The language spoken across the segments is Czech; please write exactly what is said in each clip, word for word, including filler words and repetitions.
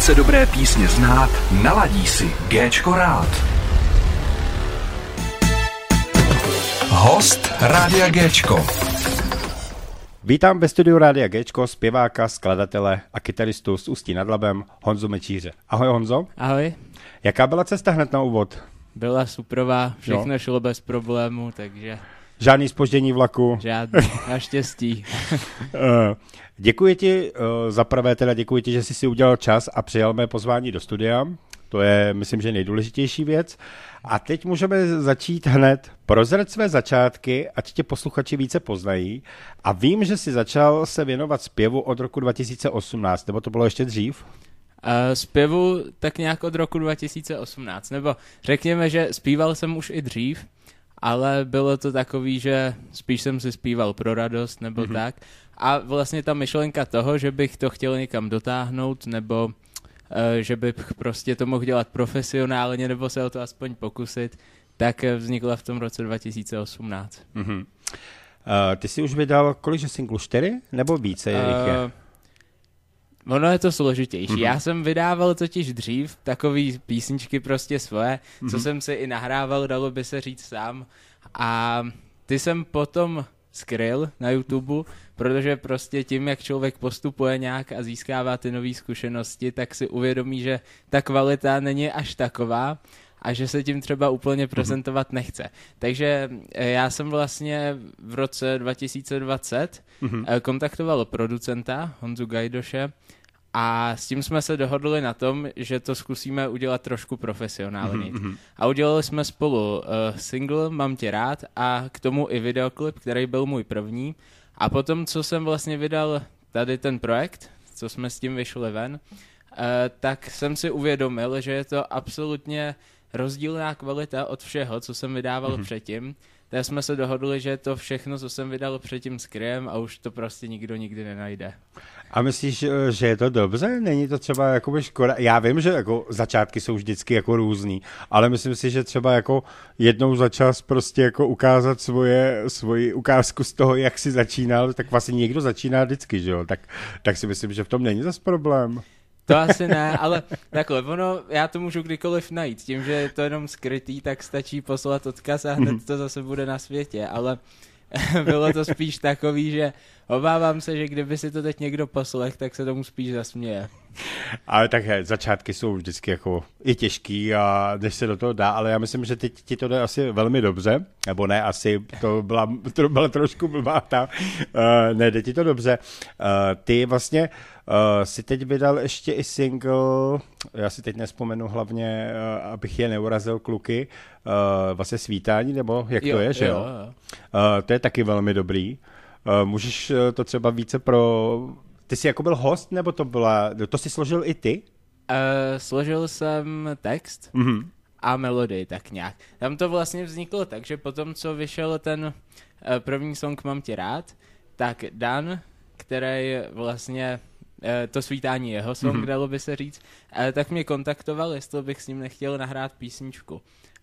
Chce dobré písně znát, naladí si Géčko rád. Host Rádia Géčko. Vítám ve studiu Rádia Géčko zpěváka, skladatele a kytaristu z Ústí nad Labem Honzu Mečíře. Ahoj Honzo. Ahoj. Jaká byla cesta hned na úvod? Byla superová, všechno jo. šlo bez problémů, takže... Žádný zpoždění vlaku? Žádný, naštěstí. Děkuji ti za prvé, teda děkuji ti, že jsi si udělal čas a přijal mé pozvání do studia. To je, myslím, že nejdůležitější věc. A teď můžeme začít hned. Prozrať své začátky, ať tě posluchači více poznají. A vím, že jsi začal se věnovat zpěvu od roku dva tisíce osmnáct, nebo to bylo ještě dřív? Uh, zpěvu tak nějak od roku dva tisíce osmnáct, nebo řekněme, že zpíval jsem už i dřív, ale bylo to takový, že spíš jsem si zpíval pro radost, nebo mm-hmm. tak. A vlastně ta myšlenka toho, že bych to chtěl někam dotáhnout, nebo uh, že bych prostě to mohl dělat profesionálně, nebo se o to aspoň pokusit, tak vznikla v tom roce dva tisíce osmnáct. Mm-hmm. Uh, ty jsi už vydal kolikže singlů? Čtyři? Nebo více je jich je? Uh, Ono je to složitější. Mm-hmm. Já jsem vydával totiž dřív takový písničky prostě svoje, mm-hmm. co jsem si i nahrával, dalo by se říct sám. A ty jsem potom skryl na YouTube, protože prostě tím, jak člověk postupuje nějak a získává ty nové zkušenosti, tak si uvědomí, že ta kvalita není až taková a že se tím třeba úplně prezentovat mm-hmm. nechce. Takže já jsem vlastně v roce dva tisíce dvacet mm-hmm. kontaktoval producenta Honzu Gajdoše a s tím jsme se dohodli na tom, že to zkusíme udělat trošku profesionálně. Mm-hmm. A udělali jsme spolu uh, single Mám tě rád a k tomu i videoklip, který byl můj první. A potom, co jsem vlastně vydal tady ten projekt, co jsme s tím vyšli ven, uh, tak jsem si uvědomil, že je to absolutně rozdílná kvalita od všeho, co jsem vydával mm-hmm. předtím. Tak jsme se dohodli, že to všechno, co jsem vydal předtím skryjem a už to prostě nikdo nikdy nenajde. A myslíš, že je to dobře? Není to třeba jakoby škoda? Já vím, že jako začátky jsou vždycky jako různý, ale myslím si, že třeba jako jednou za čas prostě jako ukázat svoje, svoji ukázku z toho, jak jsi začínal, tak vlastně někdo začíná vždycky, že jo? Tak, tak si myslím, že v tom není zas problém. To asi ne, ale takhle, ono, já to můžu kdykoliv najít. Tím, že je to jenom skrytý, tak stačí poslat odkaz a hned to zase bude na světě, ale bylo to spíš takový, že obávám se, že kdyby si to teď někdo poslech, tak se tomu spíš zasměje. Ale tak he, začátky jsou vždycky jako i těžký a než se do toho dá, ale já myslím, že teď ti to jde asi velmi dobře, nebo ne, asi to byla, to byla trošku blbá ta, uh, ne, jde ti to dobře. Uh, ty vlastně uh, si teď vydal ještě i single, já si teď nespomenu hlavně, uh, abych je neurazil kluky, uh, vlastně Svítání, nebo jak jo, to je, že jo? jo? Uh, to je taky velmi dobrý. Uh, můžeš to třeba více pro... Ty jsi jako byl host, nebo to byla... To jsi složil i ty? Uh, složil jsem text mm-hmm. a melodii tak nějak. Tam to vlastně vzniklo tak, že potom, co vyšel ten uh, první song Mám tě rád, tak Dan, který vlastně... Uh, to Svítání jeho song, mm-hmm. dalo by se říct, uh, tak mě kontaktoval, jestli bych s ním nechtěl nahrát písničku.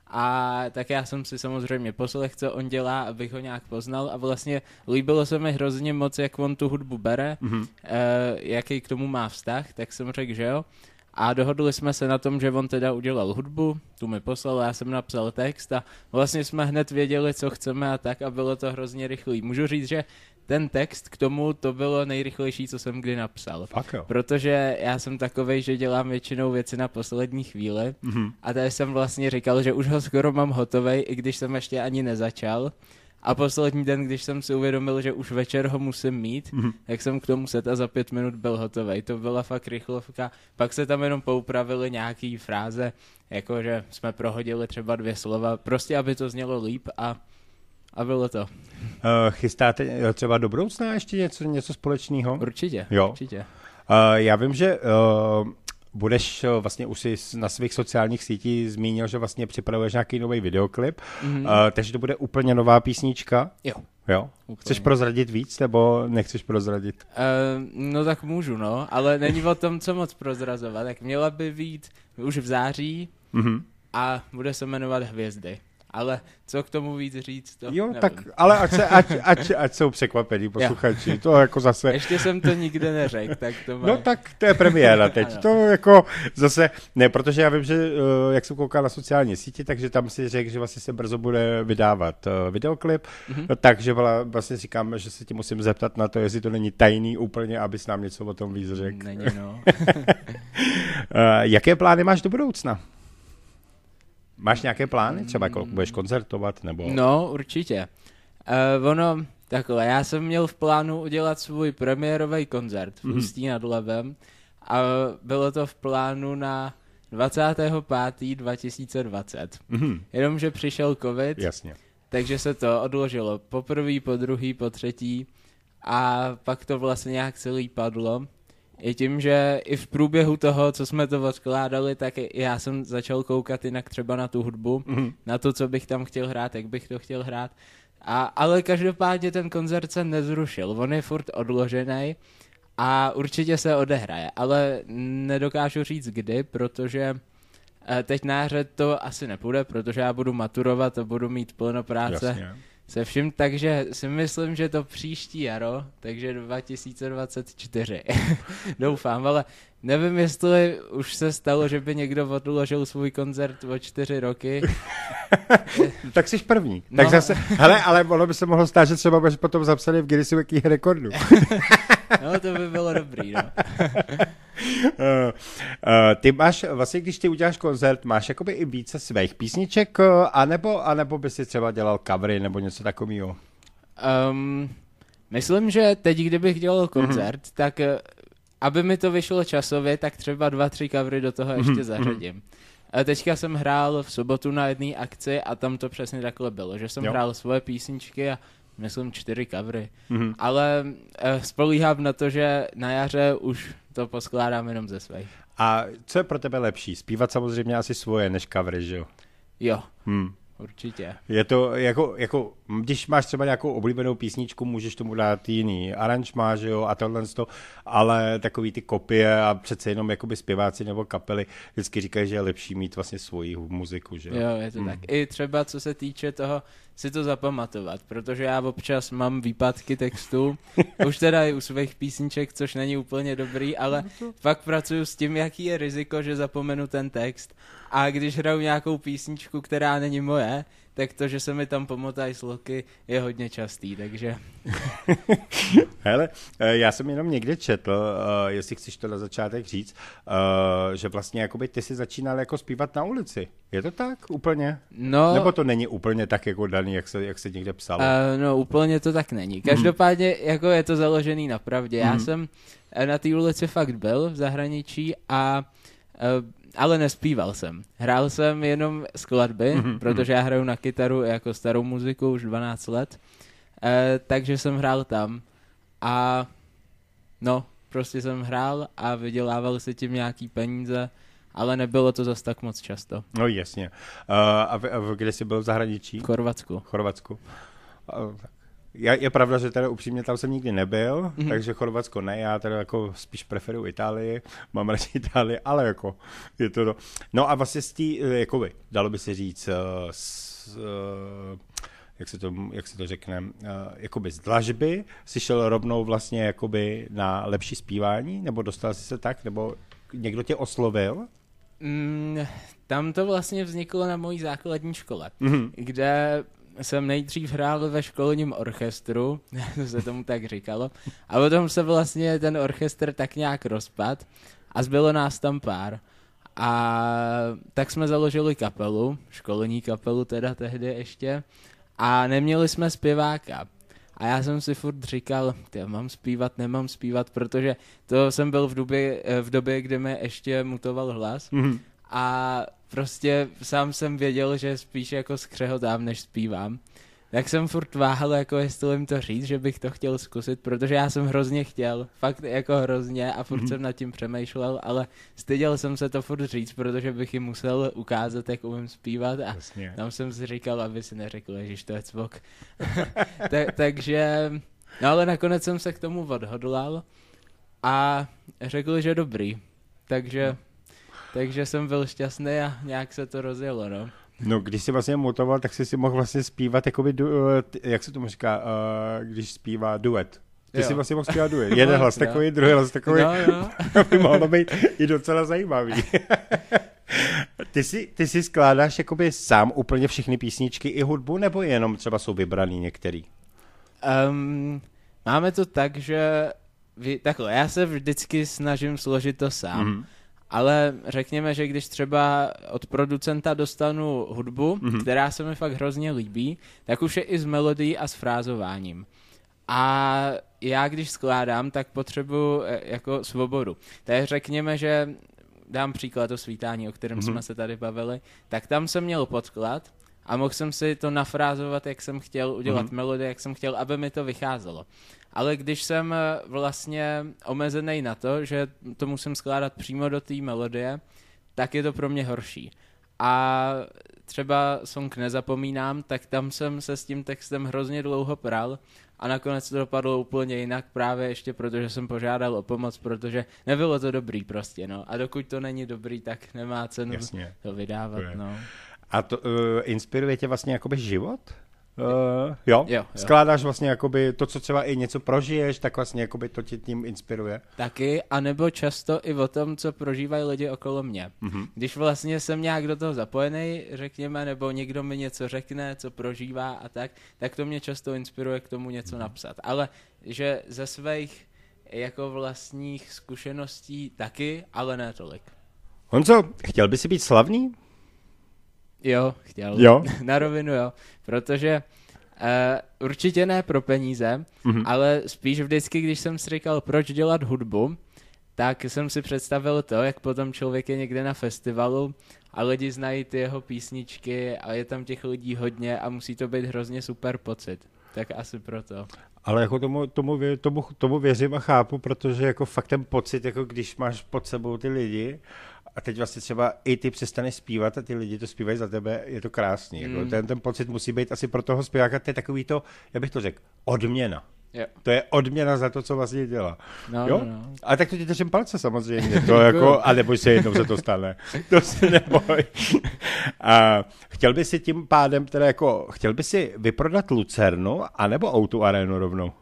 A tak já jsem si samozřejmě poslechl, co on dělá, abych ho nějak poznal a vlastně líbilo se mi hrozně moc, jak on tu hudbu bere, mm-hmm. eh, jaký k tomu má vztah, tak jsem řekl, že jo. A dohodli jsme se na tom, že on teda udělal hudbu, tu mi poslal, já jsem napsal text a vlastně jsme hned věděli, co chceme a tak a bylo to hrozně rychlý. Můžu říct, že ten text k tomu to bylo nejrychlejší, co jsem kdy napsal. Protože já jsem takovej, že dělám většinou věci na poslední chvíli mm-hmm. a tady jsem vlastně říkal, že už ho skoro mám hotovej, i když jsem ještě ani nezačal. A poslední den, když jsem si uvědomil, že už večer ho musím mít, mm-hmm. tak jsem k tomu set a za pět minut byl hotovej. To byla fakt rychlovka. Pak se tam jenom poupravily nějaký fráze, jakože jsme prohodili třeba dvě slova, prostě aby to znělo líp a A bylo to. Uh, chystáte třeba do budoucna ještě něco, něco společného? Určitě, jo. určitě. Uh, já vím, že uh, budeš uh, vlastně už si na svých sociálních sítích zmínil, že vlastně připravuješ nějaký nový videoklip, mm-hmm. uh, takže to bude úplně nová písnička? Jo. Jo? Chceš prozradit víc, nebo nechceš prozradit? Uh, no tak můžu, no, ale není o tom, co moc prozrazovat. Tak měla by být už v září mm-hmm. a bude se jmenovat Hvězdy. Ale co k tomu víc říct, to Jo, nevím. tak, ale ať, se, ať, ať, ať jsou překvapení posluchači, to jako zase... Ještě jsem to nikde neřekl, tak to má... No tak to je premiéra teď, to jako zase, ne, protože já vím, že jak jsem koukal na sociální sítě, takže tam si řekl, že vlastně se brzo bude vydávat videoklip, mm-hmm. takže vlastně říkám, že se ti musím zeptat na to, jestli to není tajný úplně, abys nám něco o tom víc řekl. Není, no. Jaké plány máš do budoucna? Máš nějaké plány? Třeba jako budeš koncertovat? Nebo... No, určitě. Uh, ono, takhle, já jsem měl v plánu udělat svůj premiérový koncert v Ústí nad Labem a bylo to v plánu na dvacátého pátého dva tisíce dvacet. Mm-hmm. Jenomže přišel covid, Jasně. takže se to odložilo po prvý, po druhý, po třetí a pak to vlastně nějak celý padlo. I tím, že i v průběhu toho, co jsme to odkládali, tak já jsem začal koukat jinak třeba na tu hudbu, mm-hmm. na to, co bych tam chtěl hrát, jak bych to chtěl hrát. A, ale každopádně ten koncert se nezrušil, on je furt odložený a určitě se odehraje, ale nedokážu říct kdy, protože teď na jaře to asi nepůjde, protože já budu maturovat a budu mít plno práce. Jasně. Se vším, takže si myslím, že to příští jaro, takže dva tisíce dvacet čtyři. Doufám, ale nevím, jestli už se stalo, že by někdo odložil svůj koncert o čtyři roky. Tak jsi první. No. Tak zase, hele, ale ono by se mohlo stát, že třeba budeš potom zapsaný v Guinnessu knihy rekordů. No, to by bylo dobrý, no. Uh, uh, ty máš, vlastně když ty uděláš koncert, máš jakoby i více svých písniček, uh, anebo, anebo by si třeba dělal covery nebo něco takového? Um, myslím, že teď, kdybych dělal koncert, mm-hmm. tak uh, aby mi to vyšlo časově, tak třeba dva, tři covery do toho ještě mm-hmm. zařadím. A teďka jsem hrál v sobotu na jedné akci a tam to přesně takhle bylo, že jsem jo. hrál svoje písničky a myslím čtyři covery, mm-hmm. ale uh, spolíhám na to, že na jaře už to poskládám jenom ze svých. A co je pro tebe lepší? Zpívat samozřejmě asi svoje než covery, že jo? Jo, hmm. určitě. Je to jako, jako, když máš třeba nějakou oblíbenou písničku, můžeš tomu dát jiný aranžmá, že jo, a tohle to, ale takový ty kopie a přece jenom jakoby zpěváci nebo kapely vždycky říkají, že je lepší mít vlastně svoji muziku, že jo? Jo, je to hmm. tak. I třeba co se týče toho, si to zapamatovat, protože já občas mám výpadky textu, už teda i u svých písniček, což není úplně dobrý, ale fakt pracuju s tím, jaký je riziko, že zapomenu ten text. A když hraju nějakou písničku, která není moje, tak to, že se mi tam pomotají sloky, je hodně častý, takže... Hele, já jsem jenom někde četl, uh, jestli chceš to na začátek říct, uh, že vlastně jakoby ty jsi začínal jako zpívat na ulici. Je to tak úplně? No, nebo to není úplně tak jako daný, jak se, jak se někde psalo? Uh, no, úplně to tak není. Každopádně mm. jako je to založený na pravdě. Já mm. jsem na té ulici fakt byl v zahraničí a uh, ale nespíval jsem. Hrál jsem jenom skladby, mm-hmm, protože já hraju na kytaru jako starou muziku už dvanáct let, e, takže jsem hrál tam a no, prostě jsem hrál a vydělával si tím nějaký peníze, ale nebylo to zas tak moc často. No jasně. Uh, a, v, a v, kde jsi byl v zahraničí? V Chorvatsku. Chorvatsku. Uh, Je, je pravda, že teda upřímně tam jsem nikdy nebyl, mm-hmm. takže Chorvatsko ne, já teda jako spíš preferuji Itálii, mám radši Itálii, ale jako je to... Do... No a vlastně z tí, jakoby, dalo by se říct, s, jak, se to, jak se to řekne, jakoby z dlažby jsi šel rovnou vlastně jakoby na lepší zpívání, nebo dostal jsi se tak, nebo někdo tě oslovil? Mm, tam to vlastně vzniklo na mojí základní škole, mm-hmm. kde... jsem nejdřív hrál ve školním orchestru, se tomu tak říkalo, a potom se vlastně ten orchestr tak nějak rozpad a zbylo nás tam pár. A tak jsme založili kapelu, školní kapelu teda tehdy ještě, a neměli jsme zpěváka. A já jsem si furt říkal, ty, mám zpívat, nemám zpívat, protože to jsem byl v době, v době kdy mi ještě mutoval hlas. Mm-hmm. A prostě sám jsem věděl, že spíš jako skřehotám, než zpívám. Tak jsem furt váhal, jako jestli jim to říct, že bych to chtěl zkusit, protože já jsem hrozně chtěl, fakt jako hrozně a furt mm-hmm. jsem nad tím přemýšlel, ale styděl jsem se to furt říct, protože bych jim musel ukázat, jak umím zpívat a Jasně. tam jsem si říkal, aby si neřekl, že to je cvok. Ta- takže, no ale nakonec jsem se k tomu odhodlal a řekl, že dobrý, takže... No. Takže jsem byl šťastný a nějak se to rozjelo, no. No, když jsi vlastně mutoval, tak jsi si mohl vlastně zpívat, jakoby, du, jak se tomu říká, uh, když zpívá duet. Ty jo. jsi vlastně mohl zpívat duet. Jeden hlas takový, druhý hlas takový. No, no. by mohlo být i docela zajímavý. Ty si, ty si skládáš jakoby sám úplně všechny písničky i hudbu, nebo jenom třeba jsou vybraný některý? Um, máme to tak, že vy, takhle, já se vždycky snažím složit to sám, mm. ale řekněme, že když třeba od producenta dostanu hudbu, mm. která se mi fakt hrozně líbí, tak už je i s melodií a s frázováním. A já když skládám, tak potřebuji jako svobodu. Takže řekněme, že dám příklad o Svítání, o kterém mm-hmm. jsme se tady bavili, tak tam jsem měl podklad a mohl jsem si to nafrázovat, jak jsem chtěl, udělat mm-hmm. melodii, jak jsem chtěl, aby mi to vycházelo. Ale když jsem vlastně omezený na to, že to musím skládat přímo do té melodie, tak je to pro mě horší. A třeba song Nezapomínám, tak tam jsem se s tím textem hrozně dlouho pral a nakonec to dopadlo úplně jinak, právě ještě protože jsem požádal o pomoc, protože nebylo to dobrý prostě, no. A dokud to není dobrý, tak nemá cenu Jasně. to vydávat, to no. A to uh, inspiruje tě vlastně jakoby život? Uh, jo? jo? Jo, Skládáš vlastně jakoby to, co třeba i něco prožiješ, tak vlastně jakoby to tě tím inspiruje? Taky, anebo často i o tom, co prožívají lidi okolo mě. Mm-hmm. Když vlastně jsem nějak do toho zapojený, řekněme, nebo někdo mi něco řekne, co prožívá a tak, tak to mě často inspiruje k tomu něco mm-hmm. napsat. Ale že ze svých jako vlastních zkušeností taky, ale ne tolik. Honzo, chtěl by si být slavný? Jo, chtěl. Jo? Na rovinu jo, protože uh, určitě ne pro peníze, mm-hmm. ale spíš vždycky, když jsem si říkal, proč dělat hudbu, tak jsem si představil to, jak potom člověk je někde na festivalu a lidi znají ty jeho písničky a je tam těch lidí hodně a musí to být hrozně super pocit. Tak asi proto. Ale jako tomu, tomu, vě, tomu, tomu věřím a chápu, protože jako fakt ten pocit, jako když máš pod sebou ty lidi a teď vlastně třeba i ty přestaneš zpívat a ty lidi to zpívají za tebe, je to krásný. Mm. Jako ten, ten pocit musí být asi pro toho zpěváka, to je takový to, já bych to řekl, odměna. Jo. To je odměna za to, co vlastně dělá. No, jo? No, no. A tak to ti držím palce samozřejmě. To jako, a neboj se, jednou se to stane. To se neboj. A chtěl by si tím pádem, teda jako, chtěl by si vyprodat Lucernu, anebo ó dva Arenu rovnou?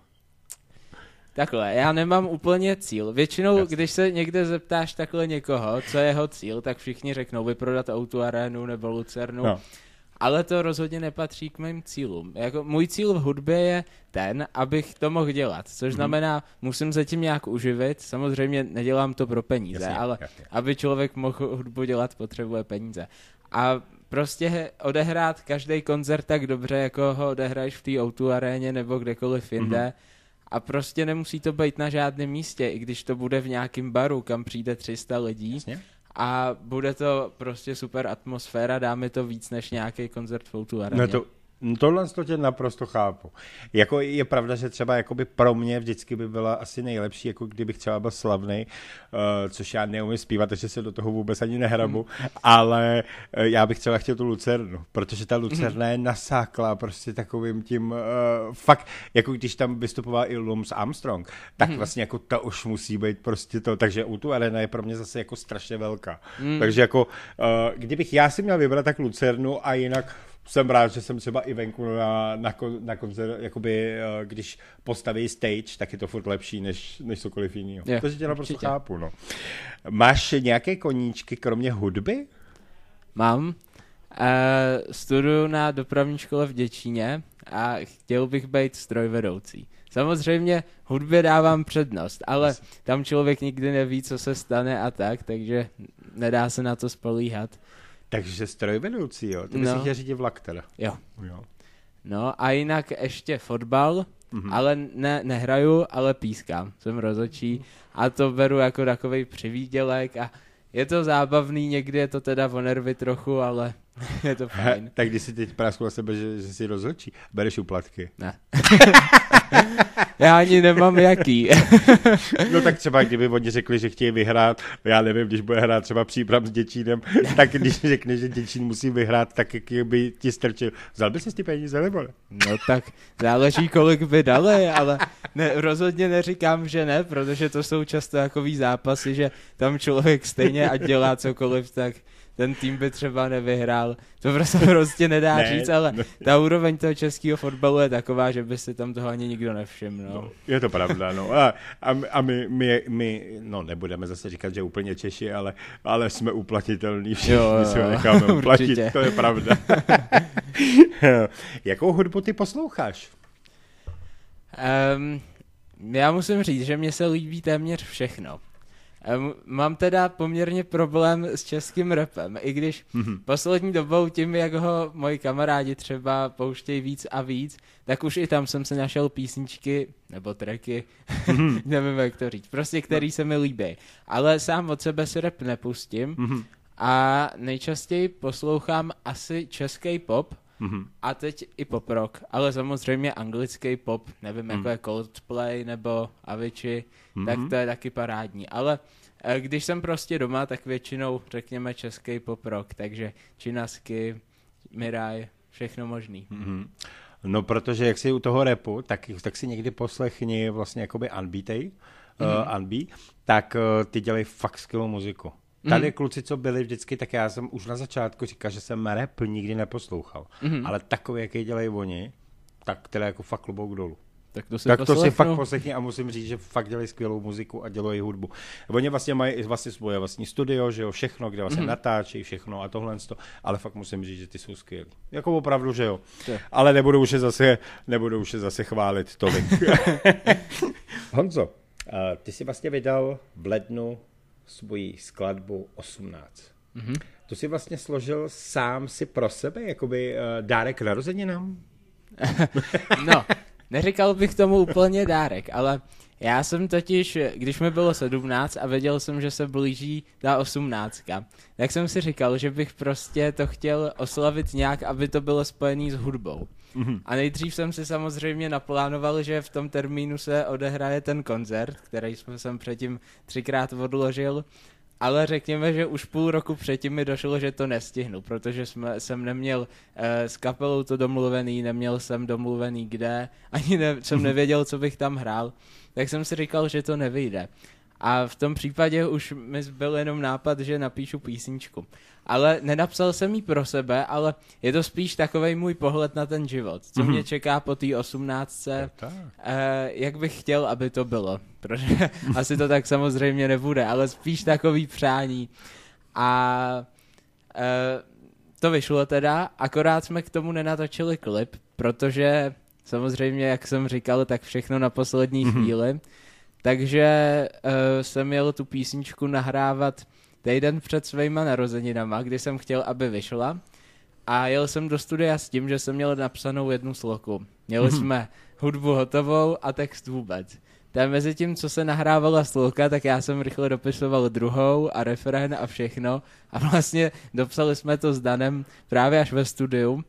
Takhle, já nemám úplně cíl. Většinou, Jasně. když se někde zeptáš takhle někoho, co je jeho cíl, tak všichni řeknou vyprodat ó dva Arenu nebo Lucernu. No. Ale to rozhodně nepatří k mým cílům. Jako, můj cíl v hudbě je ten, abych to mohl dělat, což mm-hmm. znamená, musím se tím nějak uživit. Samozřejmě nedělám to pro peníze, jasně, ale jasně. aby člověk mohl hudbu dělat, potřebuje peníze. A prostě odehrát každý koncert tak dobře, jako ho odehraješ v té ó dva Aréně nebo kdekoliv jinde. Mm-hmm. A prostě nemusí to být na žádném místě, i když to bude v nějakém baru, kam přijde tři sta lidí. Jasně. A bude to prostě super atmosféra, dáme to víc než nějaký koncert v ó dva Aréně. No to, tohle to tě naprosto chápu. Jako je pravda, že třeba jakoby pro mě vždycky by byla asi nejlepší, jako kdybych třeba byl slavnej, uh, což já neumím zpívat, takže se do toho vůbec ani nehrabu, mm. ale uh, já bych třeba chtěl tu Lucernu, protože ta Lucerna mm. je nasáklá prostě takovým tím, uh, fakt, jako když tam vystupoval i Lance Armstrong, tak mm. vlastně jako ta už musí být prostě to, takže ó dva Arena je pro mě zase jako strašně velká. Mm. Takže jako, uh, kdybych já si měl vybrat tak Lucernu a jinak jsem rád, že jsem třeba i venku na, na, na koncert, jakoby, když postaví stage, tak je to furt lepší, než, než cokoliv jiného. Je, Takže tě naprosto chápu, no. Máš nějaké koníčky, kromě hudby? Mám. Uh, studuju na dopravní škole v Děčíně a chtěl bych být strojvedoucí. Samozřejmě hudbě dávám přednost, ale tam člověk nikdy neví, co se stane a tak, takže nedá se na to spolíhat. Takže strojvedoucí, jo? Ty bys no. chtěl řídit vlak teda. Jo. jo. No a jinak ještě fotbal, mm-hmm. ale ne, nehraju, ale pískám. Jsem rozhodčí a to beru jako takovej přivídělek a je to zábavný, někdy je to teda o nervy trochu, ale je to fajn. He, tak když si teď prásknu na sebe, že, že jsi rozhodčí, bereš úplatky. Ne. Já ani nemám jaký. No tak třeba, kdyby oni řekli, že chtějí vyhrát, já nevím, když bude hrát třeba Příbram s Děčínem, tak když řekne, že Děčín musí vyhrát, tak jak by ti strčil. Vzal by si ty peníze, nebo ne? No tak záleží, kolik by dali, ale ne, rozhodně neříkám, že ne, protože to jsou často takový zápasy, že tam člověk stejně ať dělá cokoliv, tak ten tým by třeba nevyhrál. To prostě, prostě nedá ne, říct, ale ne. Ta úroveň toho českého fotbalu je taková, že by si tam toho ani nikdo nevšiml. No. No, je to pravda, no. A, a, a my, my, my, no nebudeme zase říkat, že úplně Češi, ale, ale jsme uplatitelní, všichni jo, jo, si ho necháme uplatit, to je pravda. Jakou hudbu ty posloucháš? Um, já musím říct, že mně se líbí téměř všechno. Um, mám teda poměrně problém s českým rapem, i když mm-hmm. poslední dobou tím, jak ho moji kamarádi třeba pouštějí víc a víc, tak už i tam jsem se našel písničky, nebo tracky, mm-hmm. nevím jak to říct, prostě který se mi líbí. Ale sám od sebe si rap nepustím mm-hmm. a nejčastěji poslouchám asi český pop, mm-hmm. a teď i pop rock, ale samozřejmě anglický pop, nevím, mm. jako je Coldplay nebo Avicii, mm-hmm. tak to je taky parádní, ale když jsem prostě doma, tak většinou řekněme český pop rock, takže Činasky, Miraj, všechno možný. Mm-hmm. No protože jak jsi u toho rapu, tak, tak si někdy poslechni vlastně jakoby Unbeatej, mm-hmm. uh, Unbe, tak uh, ty dělají fakt skvělou muziku. Tady mm. kluci, co byli vždycky, tak já jsem už na začátku říkal, že jsem rap nikdy neposlouchal. Mm. Ale takový, jaký dělají oni, tak teda jako fakt klobouk dolů. Tak to si, tak to si fakt poslechni a musím říct, že fakt dělají skvělou muziku a dělají hudbu. Oni vlastně mají vlastně svoje vlastní studio, že jo, všechno, kde vlastně mm. natáčí, všechno a tohle, ale fakt musím říct, že ty jsou skvělí. Jako opravdu, že jo. Je. Ale nebudu už je zase, nebudu už je zase chválit tolik. Honzo, uh, ty jsi vlastně vydal v lednu svoji skladbu osmnáct. Mm-hmm. To si vlastně složil sám si pro sebe, jakoby uh, dárek narozeninám? No, neříkal bych tomu úplně dárek, ale já jsem totiž, když mi bylo sedmnáct a věděl jsem, že se blíží ta osmnáctka, tak jsem si říkal, že bych prostě to chtěl oslavit nějak, aby to bylo spojený s hudbou. Mm-hmm. A nejdřív jsem si samozřejmě naplánoval, že v tom termínu se odehraje ten koncert, který jsem předtím třikrát odložil, ale řekněme, že už půl roku předtím mi došlo, že to nestihnu, protože jsme, jsem neměl uh, s kapelou to domluvený, neměl jsem domluvený kde, ani ne, jsem nevěděl, co bych tam hrál, tak jsem si říkal, že to nevyjde. A v tom případě už mi byl jenom nápad, že napíšu písničku. Ale nenapsal jsem ji pro sebe, ale je to spíš takovej můj pohled na ten život. Co mm-hmm. mě čeká po té osmnáctce, eh, jak bych chtěl, aby to bylo. Protože asi to tak samozřejmě nebude, ale spíš takový přání. A eh, to vyšlo teda, akorát jsme k tomu nenatočili klip, protože samozřejmě, jak jsem říkal, tak všechno na poslední mm-hmm. chvíli. Takže uh, jsem jel tu písničku nahrávat týden před svýma narozeninama, kdy jsem chtěl, aby vyšla. A jel jsem do studia s tím, že jsem měl napsanou jednu sloku. Měli mm-hmm. jsme hudbu hotovou a text vůbec. Tak mezi tím, co se nahrávala sloka, tak já jsem rychle dopisoval druhou a refrén a všechno. A vlastně dopsali jsme to s Danem právě až ve studiu.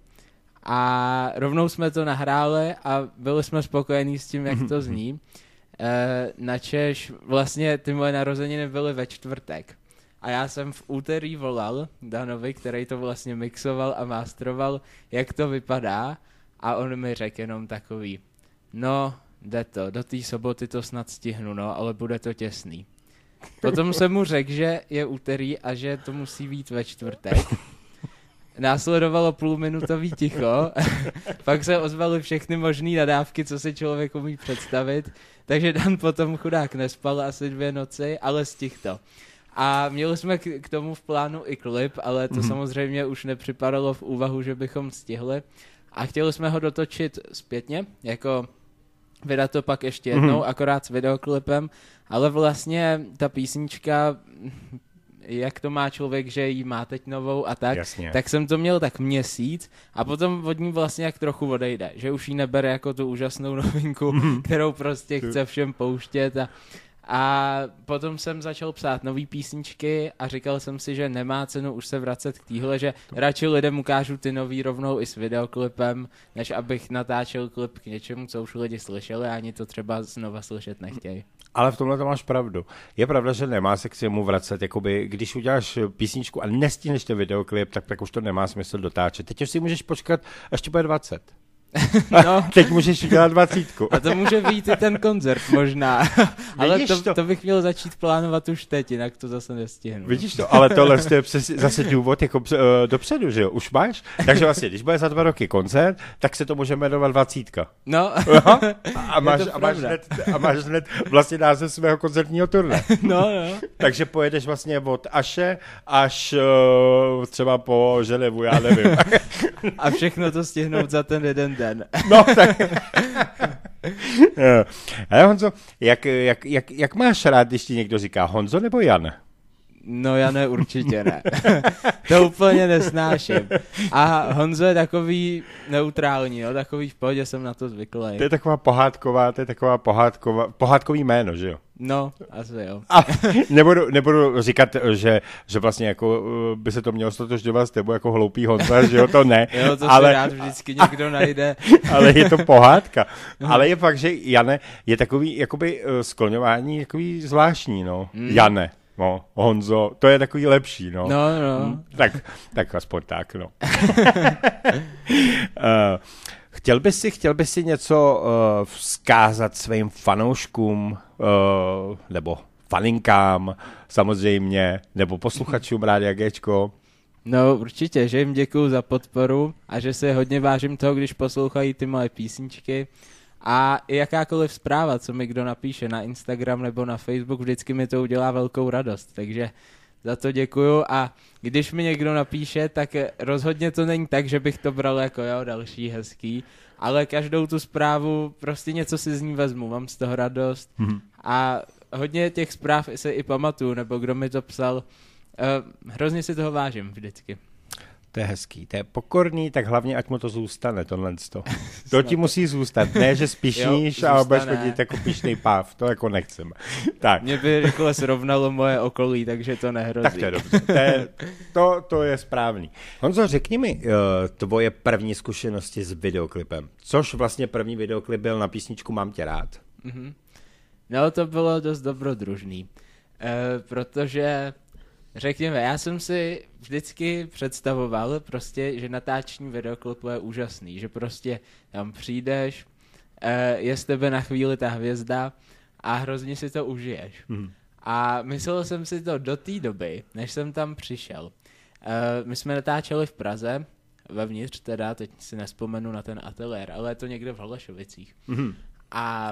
A rovnou jsme to nahráli a byli jsme spokojení s tím, jak to zní. Uh, načež vlastně ty moje narozeniny byly ve čtvrtek. A já jsem v úterý volal Danovi, který to vlastně mixoval a masteroval, jak to vypadá. A on mi řekl jenom takový, no, jde to, do té soboty to snad stihnu, no, ale bude to těsný. Potom jsem mu řekl, že je úterý a že to musí být ve čtvrtek. Následovalo půlminutový ticho, pak se ozvaly všechny možné nadávky, co si člověk umí představit, takže Dan potom chudák nespal asi dvě noci, ale stihl to. A měli jsme k, k tomu v plánu i klip, ale to mm-hmm. samozřejmě už nepřipadalo v úvahu, že bychom stihli. A chtěli jsme ho dotočit zpětně, jako vydat to pak ještě jednou, mm-hmm. akorát s videoklipem, ale vlastně ta písnička, jak to má člověk, že ji má teď novou a tak, Jasně. tak jsem to měl tak měsíc a potom od ní vlastně jak trochu odejde, že už ji nebere jako tu úžasnou novinku, mm-hmm. kterou prostě chce všem pouštět a A potom jsem začal psát nový písničky a říkal jsem si, že nemá cenu už se vracet k téhle, že radši lidem ukážu ty nový rovnou i s videoklipem, než abych natáčel klip k něčemu, co už lidi slyšeli a ani to třeba znova slyšet nechtějí. Ale v tomhle to máš pravdu. Je pravda, že nemá se k němu vracet. Jakoby, když uděláš písničku a nestihneš ten videoklip, tak, tak už to nemá smysl dotáčet. Teď už si můžeš počkat, až ti bude dvacet. No. Teď můžeš udělat dvacítku. A to může být i ten koncert možná. Ale to, to? to bych měl začít plánovat už teď, jinak to zase nestihnu. Vidíš to, ale tohle je přes, zase důvod jako uh, dopředu, že jo, už máš. Takže vlastně, když bude za dva roky koncert, tak se to může jmenovat dvacítka. No. Aha. A, máš, a, máš hned, a máš hned vlastně název svého koncertního turné. No, no. Takže pojedeš vlastně od Aše až uh, třeba po Ženevu, já nevím. A všechno to stihnout za ten jeden den. No, tak. Ale Honzo, jak, jak, jak, jak máš rád, když ti někdo říká Honzo nebo Jan? No Jane určitě ne. To úplně nesnáším. A Honzo je takový neutrální, no, takový v pohodě, jsem na to zvyklý. To je taková pohádková, to je taková pohádková, pohádkový jméno, že jo? No, asi jo. A nebudu, nebudu říkat, že, že vlastně jako by se to mělo stotožňovat s tebou jako hloupý Honza, že jo, to ne. Jo, to ale, se rád vždycky někdo najde. Ale je to pohádka. Ale je fakt, že Jane je takový jakoby skloňování takový zvláštní, no. Mm. Jane. No, Honzo, to je takový lepší, no. No, no. Tak, tak aspoň tak, no. uh, chtěl bys si, chtěl bys si něco uh, vzkázat svým fanouškům, uh, nebo faninkám, samozřejmě, nebo posluchačům Rádia Géčko? No určitě, že jim děkuju za podporu a že se hodně vážím toho, když poslouchají ty moje písničky. A i jakákoliv zpráva, co mi kdo napíše na Instagram nebo na Facebook, vždycky mi to udělá velkou radost, takže za to děkuju a když mi někdo napíše, tak rozhodně to není tak, že bych to bral jako jo, další hezký, ale každou tu zprávu prostě něco si z ní vezmu, mám z toho radost mm-hmm. a hodně těch zpráv se i pamatuju, nebo kdo mi to psal, uh, hrozně si toho vážím vždycky. To je hezký, to je pokorný, tak hlavně ať mu to zůstane, tohle to. To ti musí zůstat, ne, že spíšníš a budeš chodit jako pišnej páv, to jako nechcem. Tak. Mě by rychle srovnalo moje okolí, takže to nehrozí. Tak to je dobře, to je, to, to je správný. Honzo, řekni mi uh, tvoje první zkušenosti s videoklipem, což vlastně první videoklip byl na písničku Mám tě rád. Mm-hmm. No to bylo dost dobrodružný, uh, protože řekněme, já jsem si vždycky představoval prostě, že natáčení videoklipu je úžasný, že prostě tam přijdeš, je z tebe na chvíli ta hvězda a hrozně si to užiješ. Hmm. A myslel jsem si to do té doby, než jsem tam přišel. My jsme natáčeli v Praze, vevnitř teda, teď si nespomenu na ten ateliér, ale je to někde v Holešovicích. Hmm. A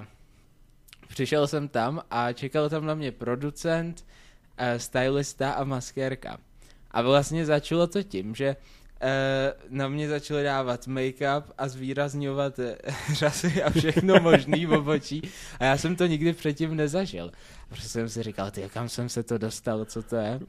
přišel jsem tam a čekal tam na mě producent, stylista a maskérka. A vlastně začalo to tím, že uh, na mě začali dávat make-up a zvýrazňovat řasy a všechno možný v obočí. A já jsem to nikdy předtím nezažil. Protože jsem si říkal, ty, kam jsem se to dostal, co to je?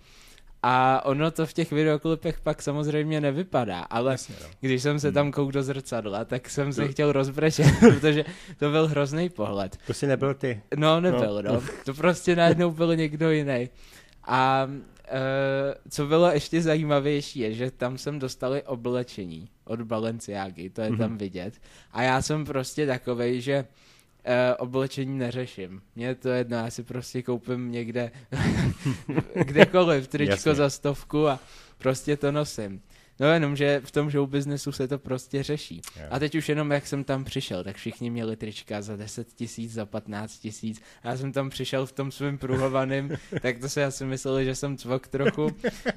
A ono to v těch videoklipech pak samozřejmě nevypadá, ale Jasně, no. když jsem se tam kouk do zrcadla, tak jsem se no. chtěl rozbrečet, protože to byl hrozný pohled. To si nebyl ty. No, nebyl, no. no. To prostě najednou byl někdo jiný. A e, co bylo ještě zajímavější je, že tam jsem dostali oblečení od Balenciágy, to je mm-hmm. tam vidět. A já jsem prostě takovej, že e, oblečení neřeším. Mně to jedno, já si prostě koupím někde, kdekoliv, tričko Jasně. za stovku a prostě to nosím. No jenom, že v tom showbiznesu se to prostě řeší. Yeah. A teď už jenom jak jsem tam přišel, tak všichni měli trička za deset tisíc, za patnáct tisíc. Já jsem tam přišel v tom svým pruhovaným, tak to se asi mysleli, že jsem cvok trochu.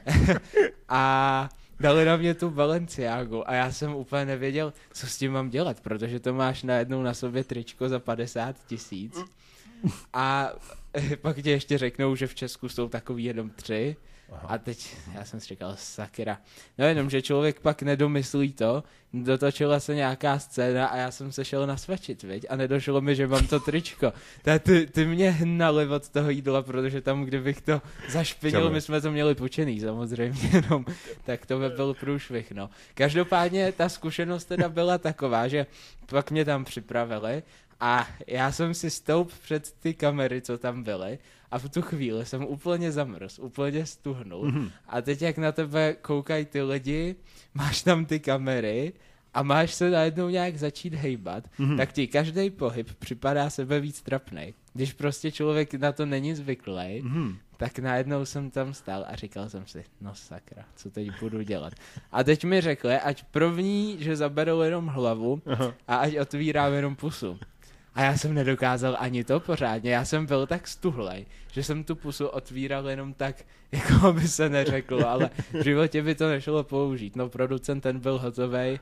A dali na mě tu Balenciágu a já jsem úplně nevěděl, co s tím mám dělat, protože to máš najednou na sobě tričko za padesát tisíc. A pak ti ještě řeknou, že v Česku jsou takový jenom tři. Aha. A teď já jsem si říkal, sakra. No jenom, že člověk pak nedomyslí to, dotočila se nějaká scéna a já jsem se šel nasvačit, viď? A nedošlo mi, že mám to tričko. Ta, ty, ty mě hnali od toho jídla, protože tam, kdybych to zašpinil, my jsme to měli pučený samozřejmě, jenom, tak to by byl průšvih, no. Každopádně ta zkušenost teda byla taková, že pak mě tam připravili a já jsem si stoup před ty kamery, co tam byly, a v tu chvíli jsem úplně zamrz, úplně stuhnul. Mm-hmm. A teď jak na tebe koukají ty lidi, máš tam ty kamery a máš se najednou nějak začít hejbat, mm-hmm. tak ti každý pohyb připadá sebe víc trapnej. Když prostě člověk na to není zvyklý, mm-hmm. tak najednou jsem tam stál a říkal jsem si, no sakra, co teď budu dělat. A teď mi řekli, ať první, že zaberou jenom hlavu Aha. a ať otvírám jenom pusu. A já jsem nedokázal ani to pořádně, já jsem byl tak stuhlej, že jsem tu pusu otvíral jenom tak, jako by se neřeklo, ale v životě by to nešlo použít. No producent ten byl hotovej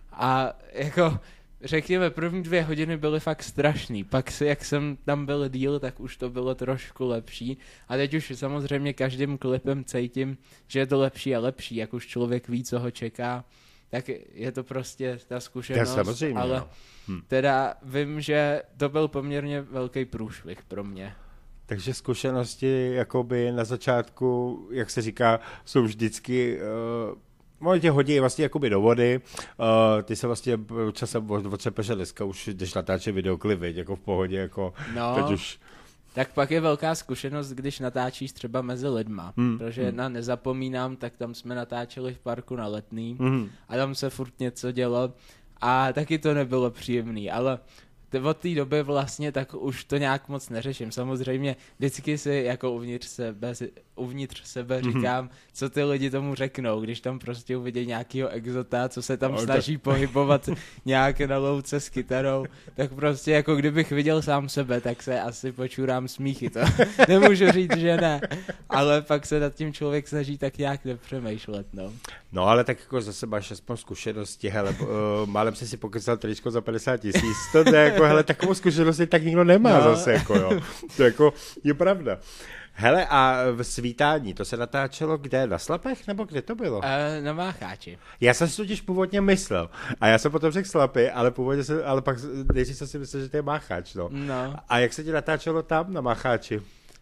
a jako řekněme, první dvě hodiny byly fakt strašný, pak si, jak jsem tam byl díl, tak už to bylo trošku lepší a teď už samozřejmě každým klipem cítím, že je to lepší a lepší, jak už člověk ví, co ho čeká, tak je to prostě ta zkušenost, samozřejmě, ale no. hm. teda vím, že to byl poměrně velký průšvih pro mě. Takže zkušenosti jakoby na začátku, jak se říká, jsou vždycky... Uh... Oni tě hodí vlastně jakoby do vody, uh, ty se vlastně časem odřepeš a dneska už jdeš natáčet videoklip, viď, jako v pohodě, jako no, teď už... Tak pak je velká zkušenost, když natáčíš třeba mezi lidma, hmm. protože hmm. na Nezapomínám, tak tam jsme natáčeli v parku na Letný hmm. a tam se furt něco dělo a taky to nebylo příjemný, ale od té doby vlastně tak už to nějak moc neřeším. Samozřejmě vždycky si jako uvnitř sebe, uvnitř sebe říkám, mm-hmm. co ty lidi tomu řeknou, když tam prostě uvidí nějakýho exota, co se tam no, snaží tak... pohybovat nějak na louce s kytarou, tak prostě jako kdybych viděl sám sebe, tak se asi počurám smíchy. To nemůžu říct, že ne, ale pak se nad tím člověk snaží tak nějak nepřemýšlet, no. No ale tak jako zase máš aspoň zkušenosti, hele, uh, málem jsi si pokecal tričko za padesát tisíc, to ne, jako, hele, takovou zkušenosti tak nikdo nemá no. zase, jako jo, to jako je pravda. Hele, a v Svítání, to se natáčelo kde, na Slapech, nebo kde to bylo? Uh, na Mácháči. Já jsem si totiž původně myslel, a já jsem potom řekl Slapy, ale původně se, ale pak nejdřív jsem si myslel, že to je Mácháč, no. no. A jak se ti natáčelo tam, na Mácháči?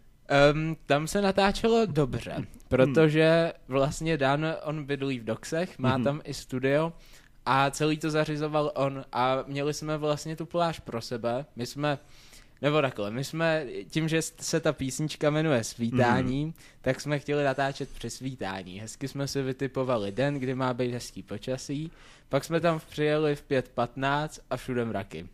Um, tam se natáčelo dobře, protože vlastně Dan, on bydlí v Doksech, má tam i studio a celý to zařizoval on a měli jsme vlastně tu pláž pro sebe, my jsme, nebo takhle, my jsme, tím, že se ta písnička jmenuje Svítání, mm. tak jsme chtěli natáčet při svítání, hezky jsme si vytipovali den, kdy má být hezký počasí, pak jsme tam přijeli v pět patnáct a všude mraky.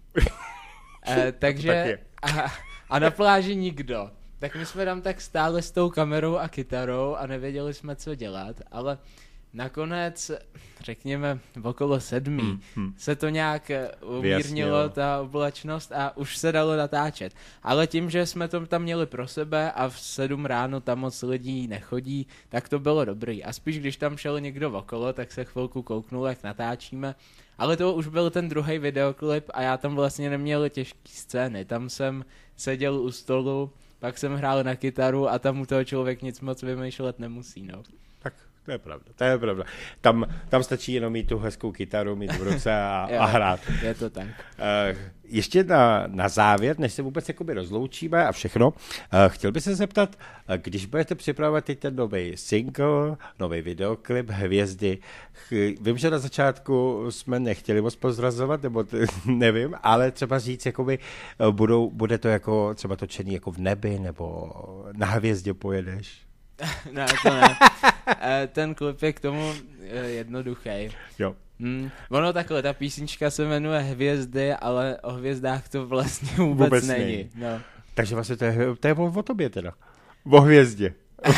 e, takže, a, a na pláži nikdo. Tak my jsme tam tak stáli s tou kamerou a kytarou a nevěděli jsme, co dělat, ale nakonec, řekněme, okolo sedmí hmm, hmm. se to nějak umírnilo, ta oblačnost a už se dalo natáčet. Ale tím, že jsme to tam měli pro sebe a v sedm ráno tam moc lidí nechodí, tak to bylo dobrý. A spíš, když tam šel někdo okolo, tak se chvilku kouknul, jak natáčíme. Ale to už byl ten druhý videoklip a já tam vlastně neměl těžký scény. Tam jsem seděl u stolu, pak jsem hrál na kytaru a tam u toho člověk nic moc vymýšlet nemusí, no. Tak to je pravda, to je pravda. Tam, tam stačí jenom mít tu hezkou kytaru, mít v ruce a, jo, a hrát. Je to tak. Uh, ještě na, na závěr, než se vůbec jakoby rozloučíme a všechno, uh, chtěl bych se zeptat, uh, když budete připravovat teď ten nový single, nový videoklip, Hvězdy, ch, vím, že na začátku jsme nechtěli moc pozrazovat, nebo t- nevím, ale třeba říct, jakoby, uh, budou, bude to jako třeba točený jako v nebi, nebo na hvězdě pojedeš? Ne, to ne. Ten klip je k tomu jednoduchý. Jo. Hmm. Ono takhle, ta písnička se jmenuje Hvězdy, ale o hvězdách to vlastně vůbec, vůbec není. není. No. Takže vlastně to je, to je o, o tobě teda. O hvězdě.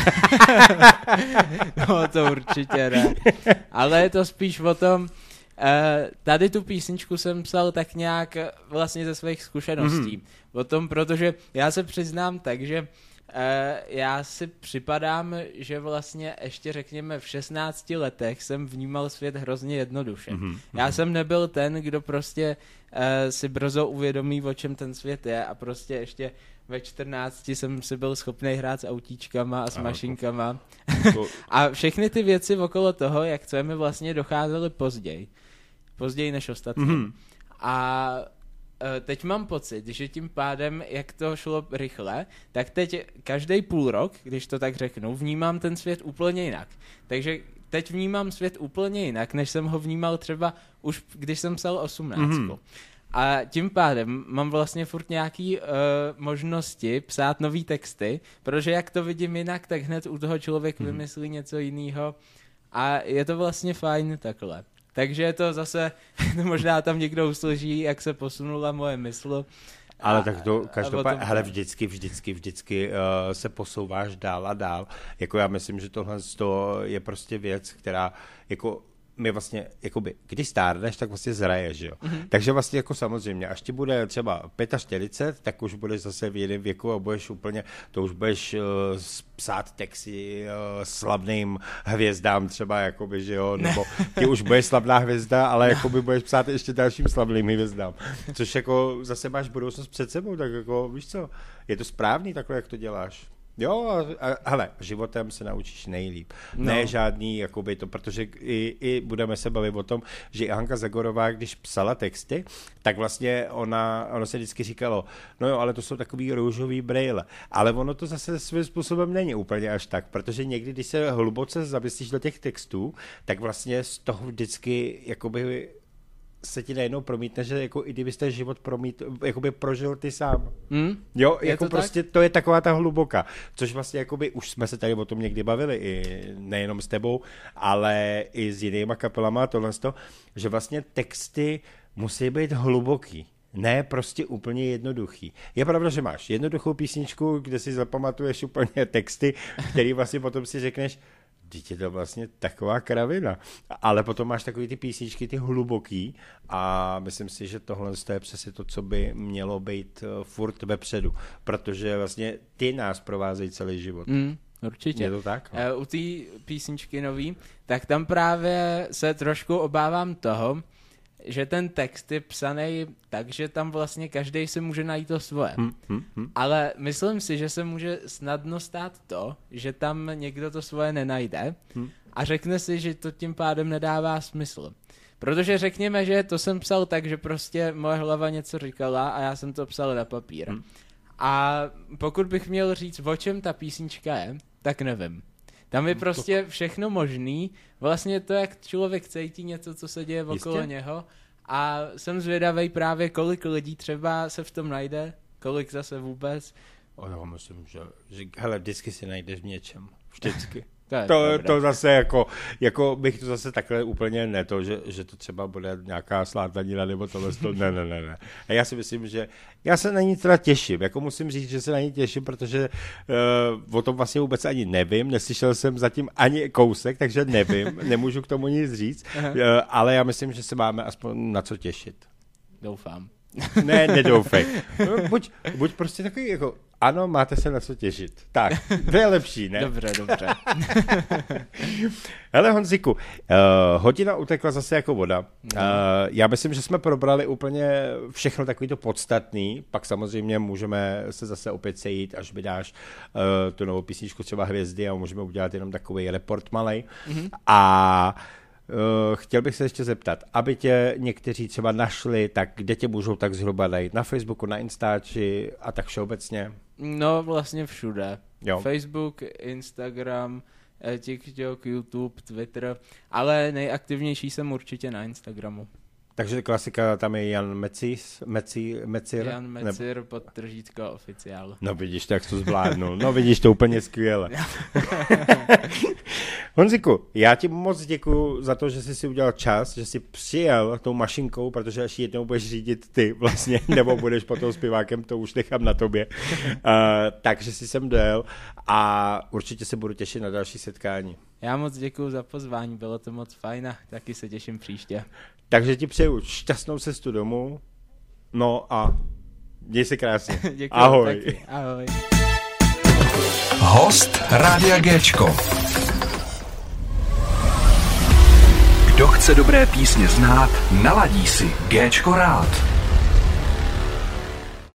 No to určitě ne. Ale je to spíš o tom, tady tu písničku jsem psal tak nějak vlastně ze svých zkušeností. Mm. O tom, protože já se přiznám tak, že Uh, já si připadám, že vlastně ještě řekněme v šestnácti letech jsem vnímal svět hrozně jednoduše. Mm-hmm. Já jsem nebyl ten, kdo prostě uh, si brzo uvědomí, o čem ten svět je a prostě ještě ve čtrnácti jsem si byl schopný hrát s autíčkama a s Aha, mašinkama. To... a všechny ty věci okolo toho, jak co mi vlastně docházely později. Později než ostatní. Mm-hmm. A teď mám pocit, že tím pádem, jak to šlo rychle, tak teď každý půl rok, když to tak řeknu, vnímám ten svět úplně jinak. Takže teď vnímám svět úplně jinak, než jsem ho vnímal třeba už, když jsem psal osmnáctku. Mm-hmm. A tím pádem mám vlastně furt nějaký uh, možnosti psát nový texty, protože jak to vidím jinak, tak hned u toho člověk mm-hmm. vymyslí něco jiného a je to vlastně fajn takhle. Takže to zase, možná tam někdo uslyší, jak se posunula moje mysl. Ale a, tak to každopádně, tom... hele, vždycky, vždycky, vždycky uh, se posouváš dál a dál. Jako já myslím, že tohle je prostě věc, která jako my vlastně, jakoby, když stárneš, tak vlastně zraješ, jo. Mm-hmm. Takže vlastně jako samozřejmě, až ti bude třeba čtyřicet pět, tak už budeš zase v jiném věku a budeš úplně, to už budeš uh, psát texty uh, slavným hvězdám třeba, jakoby, že jo, nebo ty už budeš slavná hvězda, ale jakoby budeš psát ještě dalším slavným hvězdám. Což jako zase máš budoucnost před sebou, tak jako, víš co, je to správný takhle, jak to děláš. Jo, a, hele, životem se naučíš nejlíp. No. Ne žádný, jakoby to, protože i, i budeme se bavit o tom, že Hanka Zagorová, když psala texty, tak vlastně ona, ono se vždycky říkalo, no jo, ale to jsou takový růžový brejle. Ale ono to zase svým způsobem není úplně až tak, protože někdy, když se hluboce zamyslíš do těch textů, tak vlastně z toho vždycky, jakoby se ti najednou promítne, že jako i kdybyste život promít, jakoby prožil ty sám. Hmm? Jo, je jako to prostě tak? To je taková ta hluboká, což vlastně jakoby už jsme se tady o tom někdy bavili, i nejenom s tebou, ale i s jinýma kapelama, tohle to, že vlastně texty musí být hluboký. Ne prostě úplně jednoduchý. Je pravda, že máš jednoduchou písničku, kde si zapamatuješ úplně texty, který vlastně potom si řekneš, teď je to vlastně taková kravina. Ale potom máš takový ty písničky, ty hluboký a myslím si, že tohle je přesně to, co by mělo být furt vepředu, protože vlastně ty nás provázejí celý život. Mm, určitě. Je to tak? No? U té písničky nový, tak tam právě se trošku obávám toho, že ten text je psaný tak, že tam vlastně každý si může najít to svoje. Hmm, hmm, hmm. Ale myslím si, že se může snadno stát to, že tam někdo to svoje nenajde hmm. a řekne si, že to tím pádem nedává smysl. Protože řekněme, že to jsem psal tak, že prostě moje hlava něco říkala a já jsem to psal na papír. Hmm. A pokud bych měl říct, o čem ta písnička je, tak nevím. Tam je prostě všechno možný, vlastně to, jak člověk cítí něco, co se děje okolo Jistě? něho a jsem zvědavej právě, kolik lidí třeba se v tom najde, kolik zase vůbec. O, já myslím, že, že hele, vždycky si najdeš v něčem, vždycky. To, to, to zase jako, jako bych to zase takhle úplně ne to, že, že to třeba bude nějaká slátanina nebo tohle, to, ne, ne, ne, ne. A já si myslím, že já se na ní teda těším, jako musím říct, že se na ní těším, protože uh, o tom vlastně vůbec ani nevím, neslyšel jsem zatím ani kousek, takže nevím, nemůžu k tomu nic říct, uh, ale já myslím, že se máme aspoň na co těšit. Doufám. Ne, nedoufej. Buď, buď prostě takový jako, ano, máte se na co těšit. Tak, to je lepší, ne? Dobře, dobře. Hele, Honziku, uh, hodina utekla zase jako voda. Uh, já myslím, že jsme probrali úplně všechno takový to podstatný, pak samozřejmě můžeme se zase opět sejít, až vydáš uh, tu novou písničku třeba Hvězdy a můžeme udělat jenom takový report malej. Mm-hmm. A Uh, chtěl bych se ještě zeptat, aby tě někteří třeba našli, tak kde tě můžou tak zhruba najít? Na Facebooku, na Instači a tak všeobecně? No vlastně všude. Jo. Facebook, Instagram, TikTok, YouTube, Twitter, ale nejaktivnější jsem určitě na Instagramu. Takže klasika, tam je Jan Mecis, Meci, Mecir? Jan Mecir, ne... podtržítko oficiál. No vidíš, tak to zvládnu. No vidíš, to úplně skvěle. Honziku, já ti moc děkuju za to, že jsi si udělal čas, že jsi přijel tou mašinkou, protože až jednou budeš řídit ty vlastně, nebo budeš potom zpěvákem, to už nechám na tobě. Uh, takže jsi sem dojel a určitě se budu těšit na další setkání. Já moc děkuju za pozvání, bylo to moc fajn a taky se těším příště. Takže ti přeju šťastnou cestu domů, no a měj se krásně. Děkuju, ahoj. Taky. Ahoj. Host Rádia Géčko. Kdo chce dobré písně znát, naladí si Géčko rád.